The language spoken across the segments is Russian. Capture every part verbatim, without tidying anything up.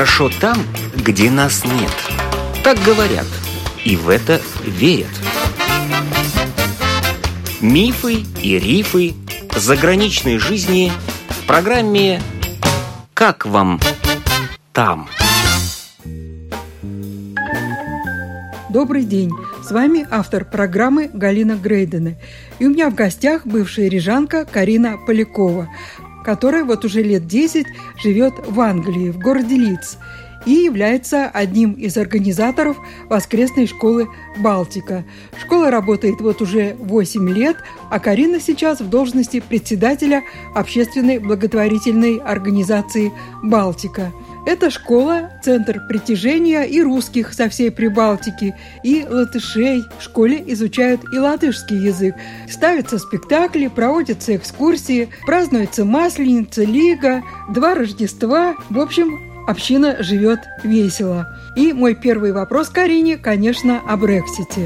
Хорошо там, где нас нет. Так говорят, и в это верят. Мифы и рифы заграничной жизни в программе «Как вам там?». Добрый день! С вами автор программы Галина Грейдена. И у меня в гостях бывшая рижанка Карина Полякова, которая вот уже лет десять живет в Англии, в городе Лидс, и является одним из организаторов воскресной школы «Балтика». Школа работает вот уже восемь лет, а Карина сейчас в должности председателя общественной благотворительной организации «Балтика». Эта школа – центр притяжения и русских со всей Прибалтики, и латышей. В школе изучают и латышский язык. Ставятся спектакли, проводятся экскурсии, празднуется Масленица, Лига, два Рождества. В общем, община живет весело. И мой первый вопрос Карине, конечно, о Брексите.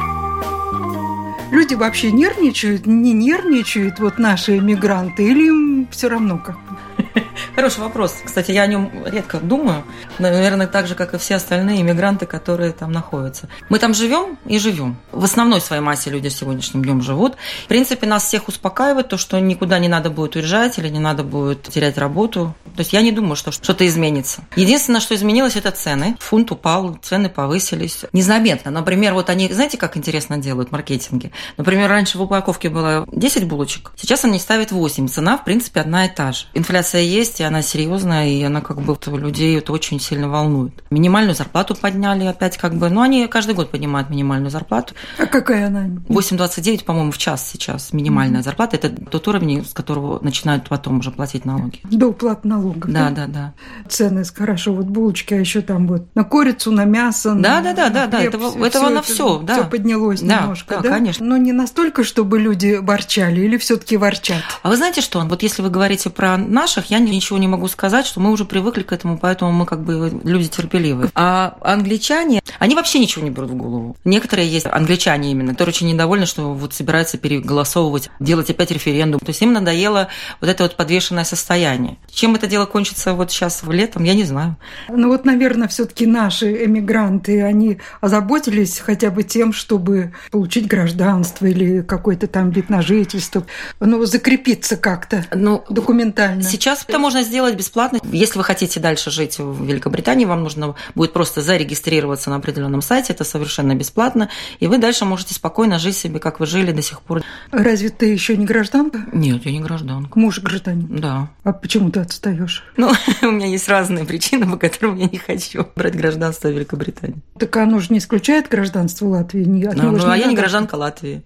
Люди вообще нервничают, не нервничают, вот наши мигранты, или им все равно как? Хороший вопрос. Кстати, я о нем редко думаю. Наверное, так же, как и все остальные иммигранты, которые там находятся. Мы там живем и живем. В основной своей массе люди сегодняшним днем живут. В принципе, нас всех успокаивает то, что никуда не надо будет уезжать или не надо будет терять работу. То есть я не думаю, что что-то изменится. Единственное, что изменилось, это цены. Фунт упал, цены повысились. Незаметно. Например, вот они, знаете, как интересно делают маркетинги? Например, раньше в упаковке было десять булочек, сейчас они ставят восемь. Цена, в принципе, одна и та же. Инфляция есть, и она серьезная, и она как бы людей это очень сильно волнует. Минимальную зарплату подняли опять как бы, ну, они каждый год поднимают минимальную зарплату. А какая она? восемь двадцать девять, по-моему, в час сейчас минимальная mm-hmm. зарплата. Это тот уровень, с которого начинают потом уже платить налоги. До уплаты налогов. Да, да, да. Цены хорошо, вот булочки, а еще там вот на курицу, на мясо. Да, на, да, да, да, да. Этого, все, этого все на это, все, да. Все поднялось да, немножко, да, да? конечно. Но не настолько, чтобы люди ворчали, или все-таки ворчат? А вы знаете что? Вот если вы говорите про наших, я ничего не могу сказать, что мы уже привыкли к этому, поэтому мы как бы люди терпеливые. А англичане, они вообще ничего не берут в голову. Некоторые есть англичане именно, которые очень недовольны, что вот собираются переголосовывать, делать опять референдум. То есть им надоело вот это вот подвешенное состояние. Чем это дело кончится вот сейчас летом, я не знаю. Ну вот, наверное, все-таки наши эмигранты, они озаботились хотя бы тем, чтобы получить гражданство или какой-то там вид на жительство, ну, закрепиться как-то ну, документально. Сейчас это можно сделать бесплатно. Если вы хотите дальше жить в Великобритании, вам нужно будет просто зарегистрироваться на определенном сайте, это совершенно бесплатно, и вы дальше можете спокойно жить себе, как вы жили до сих пор. Разве ты еще не гражданка? Нет, я не гражданка. Муж гражданин? Да. А почему ты отстаешь? Ну, у меня есть разные причины, по которым я не хочу брать гражданство Великобритании. Так оно же не исключает гражданство Латвии? Не, ну, ну, а я не гражданка Латвии.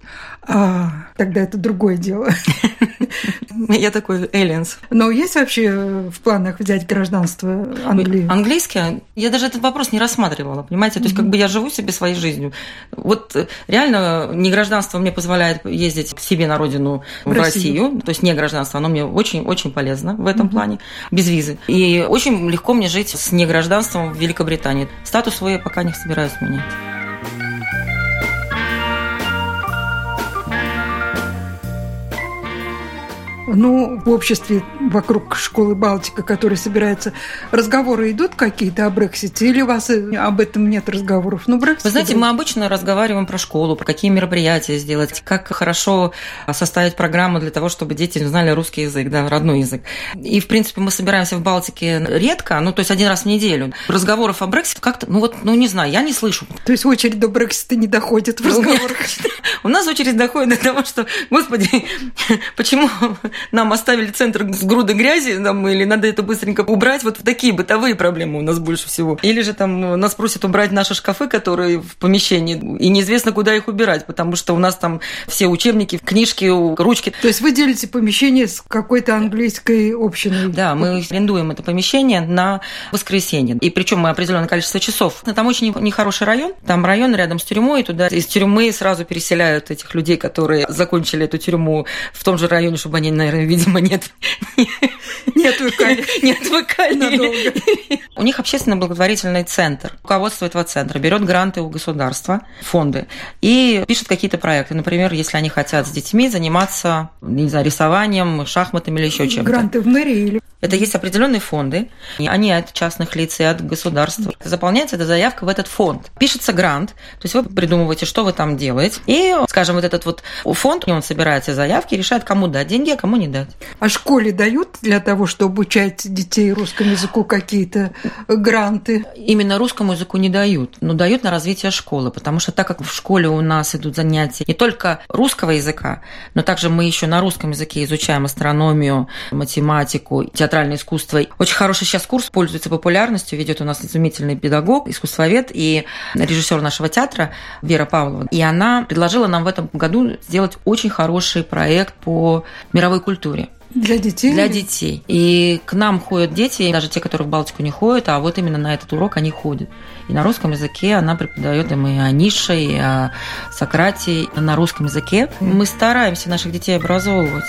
А, тогда это другое дело. Я такой эллиенс. Но есть вообще в планах взять гражданство Англии? Английское? Я даже этот вопрос не рассматривала, понимаете? То есть, как бы я живу себе своей жизнью. Вот реально не гражданство мне позволяет ездить к себе на родину в, в Россию. Россию. То есть не гражданство, оно мне очень-очень полезно в этом mm-hmm. плане, без визы. И очень легко мне жить с негражданством в Великобритании. Статус свой я пока не собираюсь менять. Ну, в обществе вокруг школы «Балтика», которая собирается, разговоры идут какие-то о Брексите, или у вас об этом нет разговоров? Ну, Брексит, Вы знаете, Брексит. мы обычно разговариваем про школу, про какие мероприятия сделать, как хорошо составить программу для того, чтобы дети знали русский язык, да, родной язык. И, в принципе, мы собираемся в Балтике редко, ну, то есть один раз в неделю. Разговоров о Брексите как-то, ну, вот, ну, не знаю, я не слышу. То есть очередь до Брексита не доходит в разговорах? У нас очередь доходит до того, что, господи, почему нам оставили центр с грудой грязи, там, или надо это быстренько убрать, вот такие бытовые проблемы у нас больше всего. Или же там нас просят убрать наши шкафы, которые в помещении, и неизвестно, куда их убирать, потому что у нас там все учебники, книжки, ручки. То есть вы делите помещение с какой-то английской общиной? Да, мы арендуем это помещение на воскресенье, и причем мы определенное количество часов. Там очень нехороший район, там район рядом с тюрьмой, туда из тюрьмы сразу переселяют этих людей, которые закончили эту тюрьму в том же районе, чтобы они наверное, видимо, нет. Не отвыкали. Не отвыкали. У них общественно-благотворительный центр. Руководство этого центра берет гранты у государства, фонды, и пишет какие-то проекты. Например, если они хотят с детьми заниматься, не знаю, рисованием, шахматами или еще чем-то. Гранты в мэрии или... Это есть определенные фонды, они от частных лиц и от государства. Заполняется эта заявка в этот фонд. Пишется грант, то есть вы придумываете, что вы там делаете, и, скажем, вот этот вот фонд, он собирает все заявки, решает, кому дать деньги, а кому не дать. А школе дают для того, чтобы обучать детей русскому языку, какие-то гранты? Именно русскому языку не дают, но дают на развитие школы, потому что так как в школе у нас идут занятия не только русского языка, но также мы еще на русском языке изучаем астрономию, математику, театральное искусство. Очень хороший сейчас курс, пользуется популярностью, ведет у нас изумительный педагог, искусствовед и режиссер нашего театра Вера Павлова. И она предложила нам в этом году сделать очень хороший проект по мировой культуре. Для детей? Для детей. И к нам ходят дети, даже те, которые в Балтику не ходят, а вот именно на этот урок они ходят. И на русском языке она преподает им и о Ницше, и о Сократе на русском языке. Мы стараемся наших детей образовывать.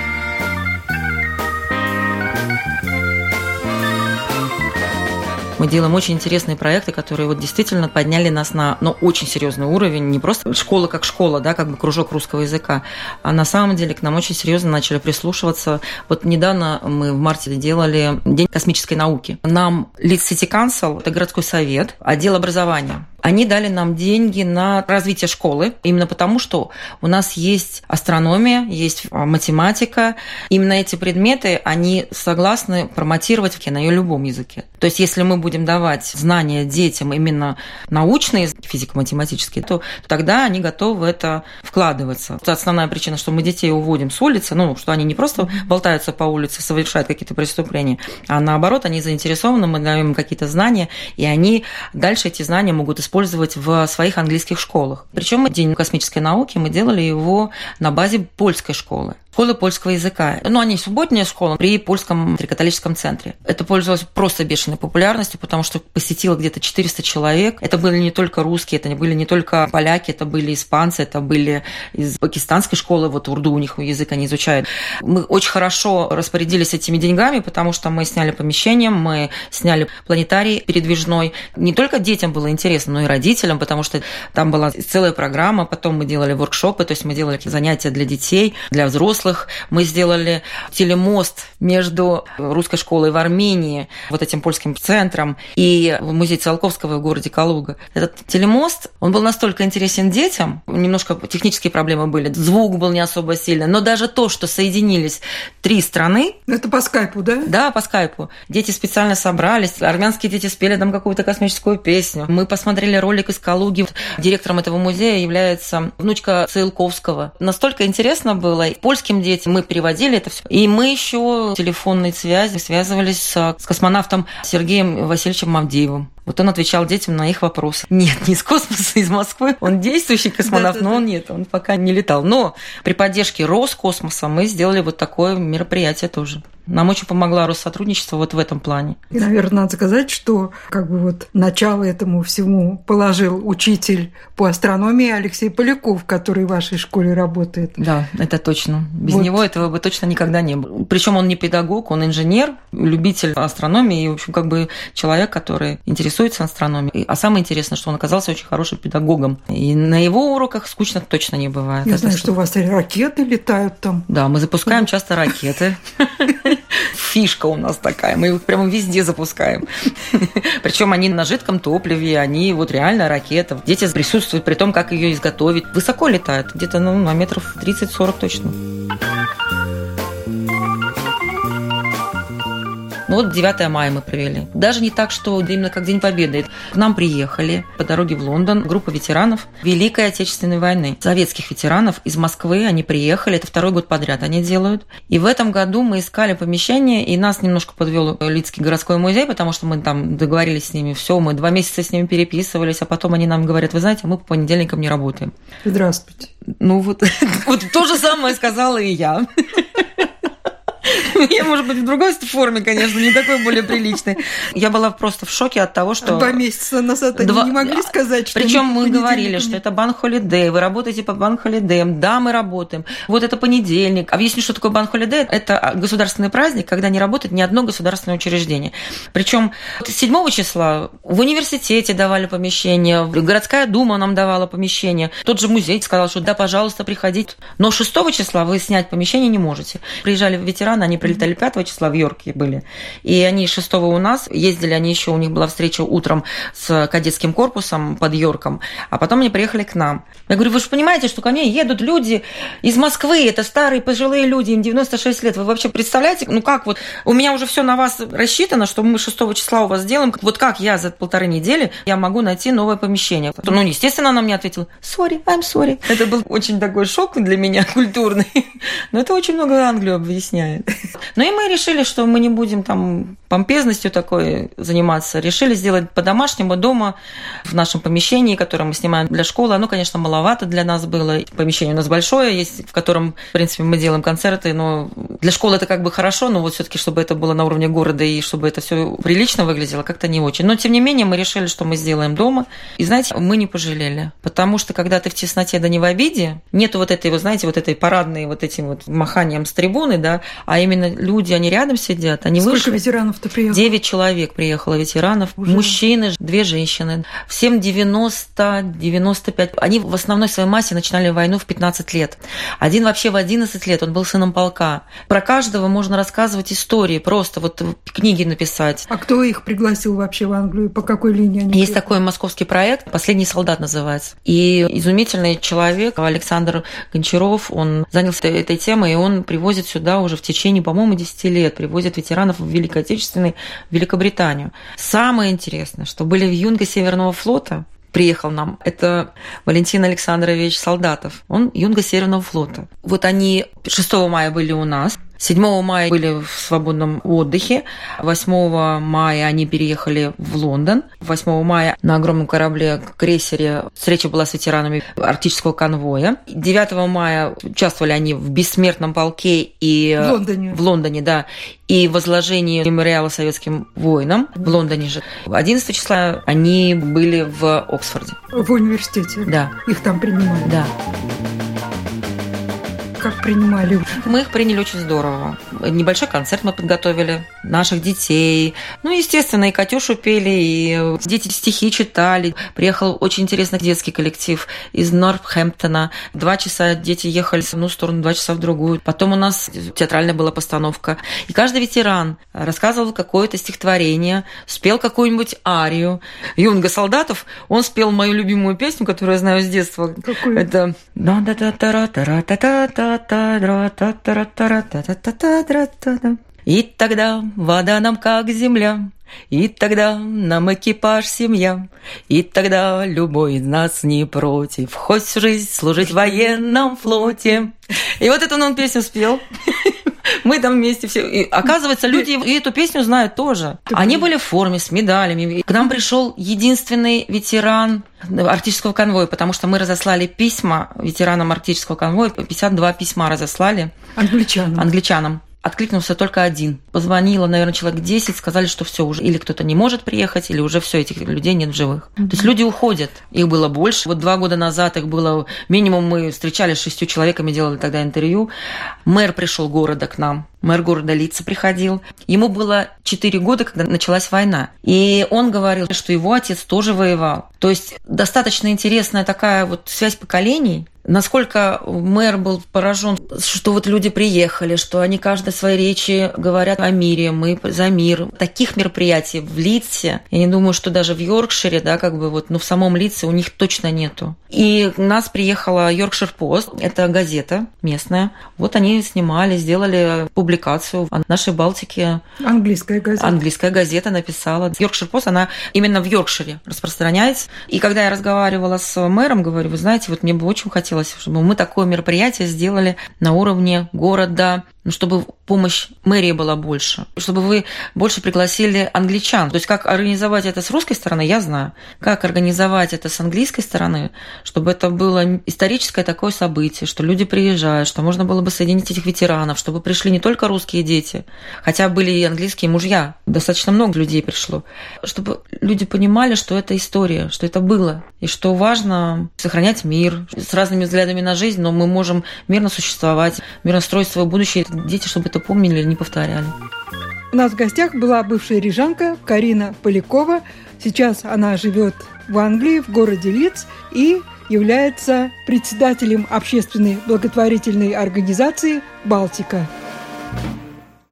Мы делаем очень интересные проекты, которые вот действительно подняли нас на ну, очень серьезный уровень. Не просто школа как школа, да, как бы кружок русского языка, а на самом деле к нам очень серьезно начали прислушиваться. Вот недавно мы в марте делали День космической науки. Нам Leeds City Council, это городской совет, отдел образования, они дали нам деньги на развитие школы, именно потому, что у нас есть астрономия, есть математика. Именно эти предметы, они согласны промотировать на ее любом языке. То есть, если мы будем давать знания детям именно научные, физико-математические, то тогда они готовы в это вкладываться. Это основная причина, что мы детей уводим с улицы, ну, что они не просто болтаются по улице, совершают какие-то преступления, а наоборот, они заинтересованы, мы даем им какие-то знания, и они дальше эти знания могут использовать использовать в своих английских школах. Причем День космической науки мы делали его на базе польской школы. Школы польского языка. Ну, они субботняя школа при польском католическом центре. Это пользовалось просто бешеной популярностью, потому что посетило где-то четыреста человек. Это были не только русские, это были не только поляки, это были испанцы, это были из пакистанской школы, вот урду у них язык они изучают. Мы очень хорошо распорядились этими деньгами, потому что мы сняли помещение, мы сняли планетарий передвижной. Не только детям было интересно, но и родителям, потому что там была целая программа. Потом мы делали воркшопы, то есть мы делали занятия для детей, для взрослых. Мы сделали телемост между русской школой в Армении, вот этим польским центром, и музей Циолковского в городе Калуга. Этот телемост, он был настолько интересен детям, немножко технические проблемы были, звук был не особо сильный, но даже то, что соединились три страны... Это по скайпу, да? Да, по скайпу. Дети специально собрались, армянские дети спели там какую-то космическую песню. Мы посмотрели ролик из Калуги. Директором этого музея является внучка Циолковского. Настолько интересно было. Польским детям мы переводили это все. И мы еще телефонной связи связывались с, с космонавтом Сергеем Васильевичем Мавдеевым. Вот он отвечал детям на их вопросы. Нет, не из космоса, из Москвы. Он действующий космонавт, но он нет, он пока не летал. Но при поддержке Роскосмоса мы сделали вот такое мероприятие тоже. Нам очень помогла Россотрудничество вот в этом плане. И, наверное, надо сказать, что как бы вот начало этому всему положил учитель по астрономии Алексей Поляков, который в вашей школе работает. Да, это точно. Без вот. него этого бы точно никогда не было. Причем он не педагог, он инженер, любитель астрономии и, в общем, как бы человек, который интересуется астрономией. А самое интересное, что он оказался очень хорошим педагогом. И на его уроках скучно точно не бывает. Я это знаю, что у вас ракеты летают там. Да, мы запускаем часто ракеты. Фишка у нас такая, мы их прямо везде запускаем. Причем они на жидком топливе, они вот реально ракета. Дети присутствуют при том, как ее изготовить. Высоко летают, где-то ну, на метров тридцать-сорок точно. Ну вот девятое мая мы провели. Даже не так, что именно как День Победы. К нам приехали по дороге в Лондон группа ветеранов Великой Отечественной войны. Советских ветеранов из Москвы. Они приехали. Это второй год подряд они делают. И в этом году мы искали помещение, и нас немножко подвел Лидский городской музей, потому что мы там договорились с ними. Все, мы два месяца с ними переписывались, а потом они нам говорят: вы знаете, мы по понедельникам не работаем. Здравствуйте. Ну вот, вот то же самое сказала и я. Я, может быть, в другой форме, конечно, не такой более приличной. Я была просто в шоке от того, что... Два месяца назад они Два... не могли сказать, что... Причем мы говорили, что это банк-холидей, вы работаете по банк-холидеям. Да, мы работаем. Вот это понедельник. Объясню, что такое банк-холидей. Это государственный праздник, когда не работает ни одно государственное учреждение. Причем седьмого числа в университете давали помещение, городская дума нам давала помещение. Тот же музей сказал, что да, пожалуйста, приходите. Но шестого числа вы снять помещение не можете. Приезжали ветераны, они прилетали пятого числа, в Йорке были. И они шестого у нас, ездили они еще, у них была встреча утром с кадетским корпусом под Йорком, а потом они приехали к нам. Я говорю, вы же понимаете, что ко мне едут люди из Москвы, это старые пожилые люди, им девяносто шесть лет. Вы вообще представляете, ну как вот, у меня уже все на вас рассчитано, что мы шестого числа у вас сделаем. Вот как я за полторы недели я могу найти новое помещение? Ну, естественно, она мне ответила, sorry, I'm sorry. Это был очень такой шок для меня культурный. Но это очень много Англию объясняет. Ну и мы решили, что мы не будем там помпезностью такой заниматься. Решили сделать по-домашнему дома в нашем помещении, которое мы снимаем для школы. Оно, конечно, маловато для нас было. Помещение у нас большое есть, в котором, в принципе, мы делаем концерты. Но для школы это как бы хорошо, но вот все-таки, чтобы это было на уровне города и чтобы это все прилично выглядело, как-то не очень. Но, тем не менее, мы решили, что мы сделаем дома. И, знаете, мы не пожалели. Потому что, когда ты в тесноте да не в обиде, нету вот этой, вы знаете, вот этой парадной вот этим вот маханием с трибуны, да, а именно люди, они рядом сидят, они Сколько вышли. Сколько ветеранов-то приехало? Девять человек приехало ветеранов, уже. Мужчины, две женщины. Всем девяносто девяносто пять. Они в основной своей массе начинали войну в пятнадцать лет. Один вообще в одиннадцать лет, он был сыном полка. Про каждого можно рассказывать истории, просто вот книги написать. А кто их пригласил вообще в Англию? По какой линии они Есть приехали? такой московский проект «Последний солдат» называется. И изумительный человек Александр Гончаров, он занялся этой темой, и он привозит сюда уже в течение, по-моему, десять лет, привозит ветеранов в Великой Отечественной, в Великобританию. Самое интересное, что были в юнга Северного флота, приехал нам, это Валентин Александрович Солдатов, он юнга Северного флота. Вот они шестого мая были у нас, седьмого мая были в свободном отдыхе, восьмого мая они переехали в Лондон, восьмого мая на огромном корабле, крейсере, встреча была с ветеранами арктического конвоя, девятого мая участвовали они в бессмертном полке и в Лондоне, в Лондоне, да, и возложении мемориала советским воинам в Лондоне же. одиннадцатого числа они были в Оксфорде. В университете? Да. Их там принимали? Да. Как принимали? Мы их приняли очень здорово. Небольшой концерт мы подготовили, наших детей. Ну, естественно, и Катюшу пели, и дети стихи читали. Приехал очень интересный детский коллектив из Нортхэмптона. Два часа дети ехали в одну сторону, два часа в другую. Потом у нас театральная была постановка. И каждый ветеран рассказывал какое-то стихотворение, спел какую-нибудь арию. Юнга Солдатов, он спел мою любимую песню, которую я знаю с детства. Какую? Это... И тогда вода нам как земля, и тогда нам экипаж семья, и тогда любой из нас не против хоть всю жизнь служить в военном флоте. И вот эту он песню спел. Мы там вместе все. И, оказывается, люди и эту песню знают тоже. Они были в форме, с медалями. К нам пришел единственный ветеран арктического конвоя, потому что мы разослали письма ветеранам арктического конвоя. пятьдесят два письма разослали. Англичанам. Англичанам. Откликнулся только один. Позвонило, наверное, человек десять, сказали, что все уже или кто-то не может приехать, или уже все, этих людей нет в живых. Mm-hmm. То есть люди уходят. Их было больше. Вот два года назад их было минимум, мы встречались с шестью человеками, делали тогда интервью. Мэр пришел города к нам. Мэр города Лидса приходил. Ему было четыре года, когда началась война. И он говорил, что его отец тоже воевал. То есть достаточно интересная такая вот связь поколений. Насколько мэр был поражен, что вот люди приехали, что они каждой своей речи говорят о мире, мы за мир. Таких мероприятий в Лидсе, я не думаю, что даже в Йоркшире, да, как бы вот, ну, в самом Лидсе у них точно нету. И у нас приехала Йоркшир Пост, это газета местная. Вот они снимали, сделали публикацию о нашей Балтике. Английская газета. Английская газета написала. Йоркшир Пост, она именно в Йоркшире распространяется. И когда я разговаривала с мэром, говорю, вы знаете, вот мне бы очень хотелось, чтобы мы такое мероприятие сделали на уровне города ну, чтобы помощь мэрии была больше, чтобы вы больше пригласили англичан. То есть как организовать это с русской стороны, я знаю. Как организовать это с английской стороны, чтобы это было историческое такое событие, что люди приезжают, что можно было бы соединить этих ветеранов, чтобы пришли не только русские дети, хотя были и английские мужья, достаточно много людей пришло, чтобы люди понимали, что это история, что это было, и что важно сохранять мир с разными взглядами на жизнь, но мы можем мирно существовать, мирно строить свое будущее. Дети, чтобы это помнили и не повторяли. У нас в гостях была бывшая рижанка Карина Полякова. Сейчас она живет в Англии, в городе Лидс, и является председателем общественной благотворительной организации «Балтика».